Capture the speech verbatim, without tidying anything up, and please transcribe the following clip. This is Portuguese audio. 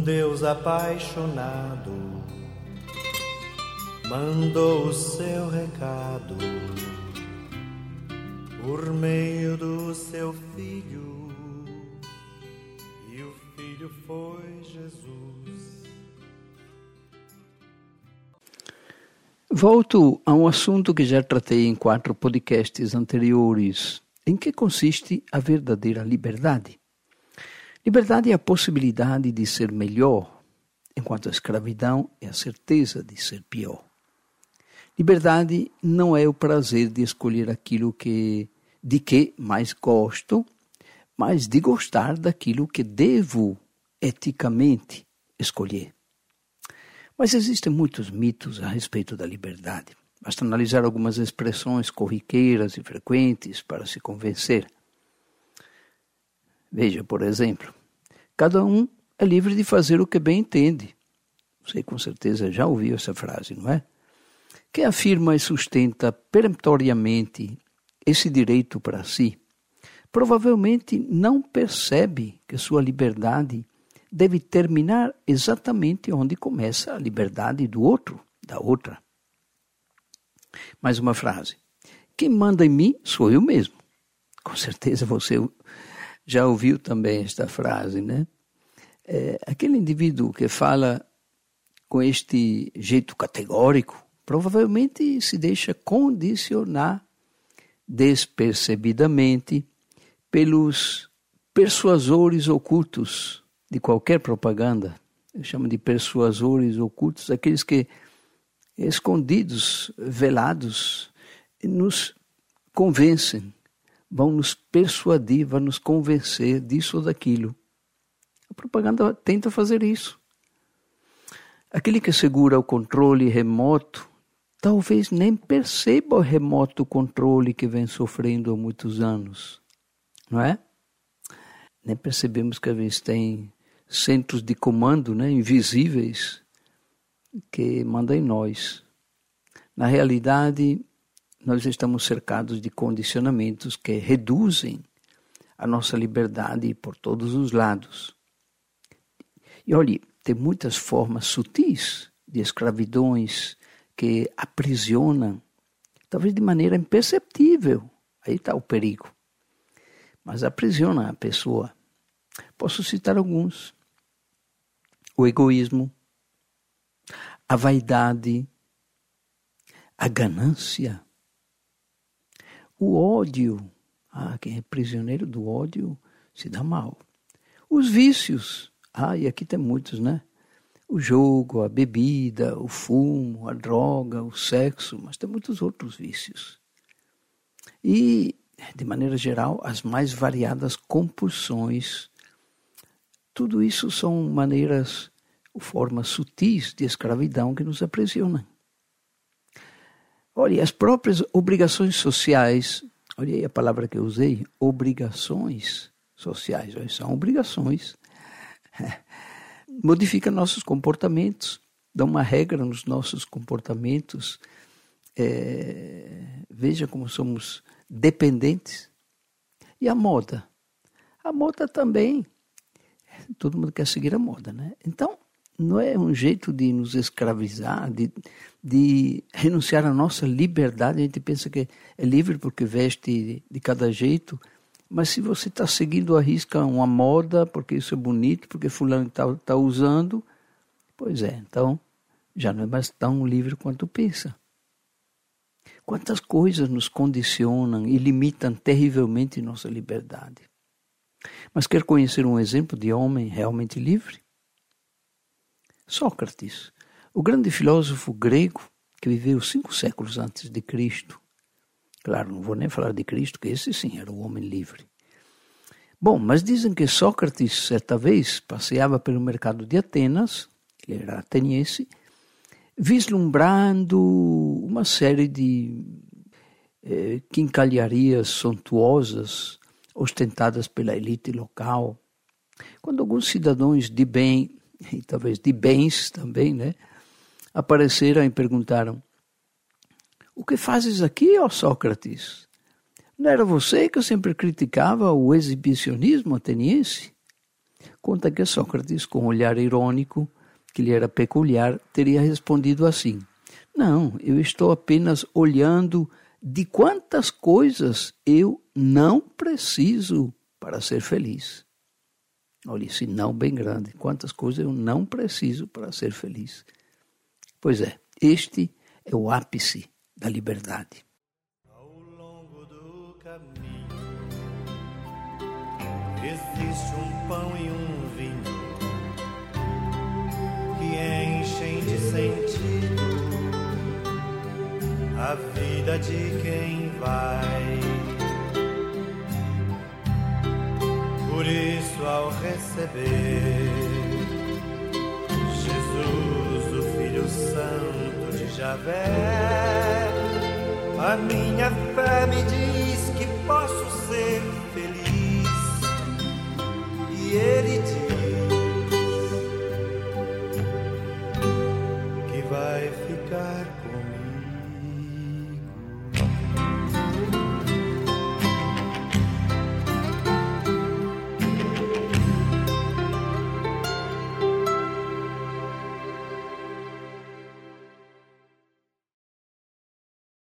Deus apaixonado mandou o seu recado por meio do seu filho, e o filho foi Jesus. Volto a um assunto que já tratei em quatro podcasts anteriores. Em que consiste a verdadeira liberdade? Liberdade é a possibilidade de ser melhor, enquanto a escravidão é a certeza de ser pior. Liberdade não é o prazer de escolher aquilo que, de que mais gosto, mas de gostar daquilo que devo eticamente escolher. Mas existem muitos mitos a respeito da liberdade. Basta analisar algumas expressões corriqueiras e frequentes para se convencer. Veja, por exemplo, cada um é livre de fazer o que bem entende. Você com certeza já ouviu essa frase, não é? Quem afirma e sustenta peremptoriamente esse direito para si, provavelmente não percebe que sua liberdade deve terminar exatamente onde começa a liberdade do outro, da outra. Mais uma frase. Quem manda em mim sou eu mesmo. Com certeza você já ouviu também esta frase, né? É, aquele indivíduo que fala com este jeito categórico, provavelmente se deixa condicionar despercebidamente pelos persuasores ocultos de qualquer propaganda. Eu chamo de persuasores ocultos, aqueles que, escondidos, velados, nos convencem, vão nos persuadir, vão nos convencer disso ou daquilo. A propaganda tenta fazer isso. Aquele que segura o controle remoto, talvez nem perceba o remoto controle que vem sofrendo há muitos anos, não é? Nem percebemos que às vezes tem centros de comando, né, invisíveis que mandam em nós. Na realidade, nós estamos cercados de condicionamentos que reduzem a nossa liberdade por todos os lados. E olhe, tem muitas formas sutis de escravidões que aprisionam, talvez de maneira imperceptível. Aí está o perigo. Mas aprisiona a pessoa. Posso citar alguns. O egoísmo, a vaidade, a ganância, o ódio. Ah, quem é prisioneiro do ódio se dá mal. Os vícios. Ah, e aqui tem muitos, né? O jogo, a bebida, o fumo, a droga, o sexo, mas tem muitos outros vícios. E, de maneira geral, as mais variadas compulsões. Tudo isso são maneiras, ou formas sutis de escravidão que nos aprisionam. Olha, as próprias obrigações sociais, olha aí a palavra que eu usei, obrigações sociais, olha, são obrigações. Modifica nossos comportamentos, dá uma regra nos nossos comportamentos. É, veja como somos dependentes. E a moda? A moda também. Todo mundo quer seguir a moda, né? Então, não é um jeito de nos escravizar, de, de renunciar à nossa liberdade. A gente pensa que é livre porque veste de cada jeito. Mas se você está seguindo à risca uma moda, porque isso é bonito, porque fulano está tá usando, pois é, então já não é mais tão livre quanto pensa. Quantas coisas nos condicionam e limitam terrivelmente nossa liberdade. Mas quer conhecer um exemplo de homem realmente livre? Sócrates, o grande filósofo grego que viveu cinco séculos antes de Cristo. Claro, não vou nem falar de Cristo, que esse sim era o homem livre. Bom, mas dizem que Sócrates, certa vez, passeava pelo mercado de Atenas, ele era ateniense, vislumbrando uma série de eh, quincalharias suntuosas, ostentadas pela elite local, quando alguns cidadãos de bem, e talvez de bens também, né, apareceram e perguntaram: "O que fazes aqui, ó Sócrates? Não era você que sempre criticava o exibicionismo ateniense? Conta que Sócrates, com um olhar irônico, que lhe era peculiar, teria respondido assim: não, eu estou apenas olhando de quantas coisas eu não preciso para ser feliz. Olha, esse não bem grande. Quantas coisas eu não preciso para ser feliz. Pois é, este é o ápice da liberdade. Ao longo do caminho existe um pão e um vinho que enchem de sentido a vida de quem vai. Por isso, ao receber Jesus, o Filho Santo de Javé, a minha fé me diz que posso ser feliz.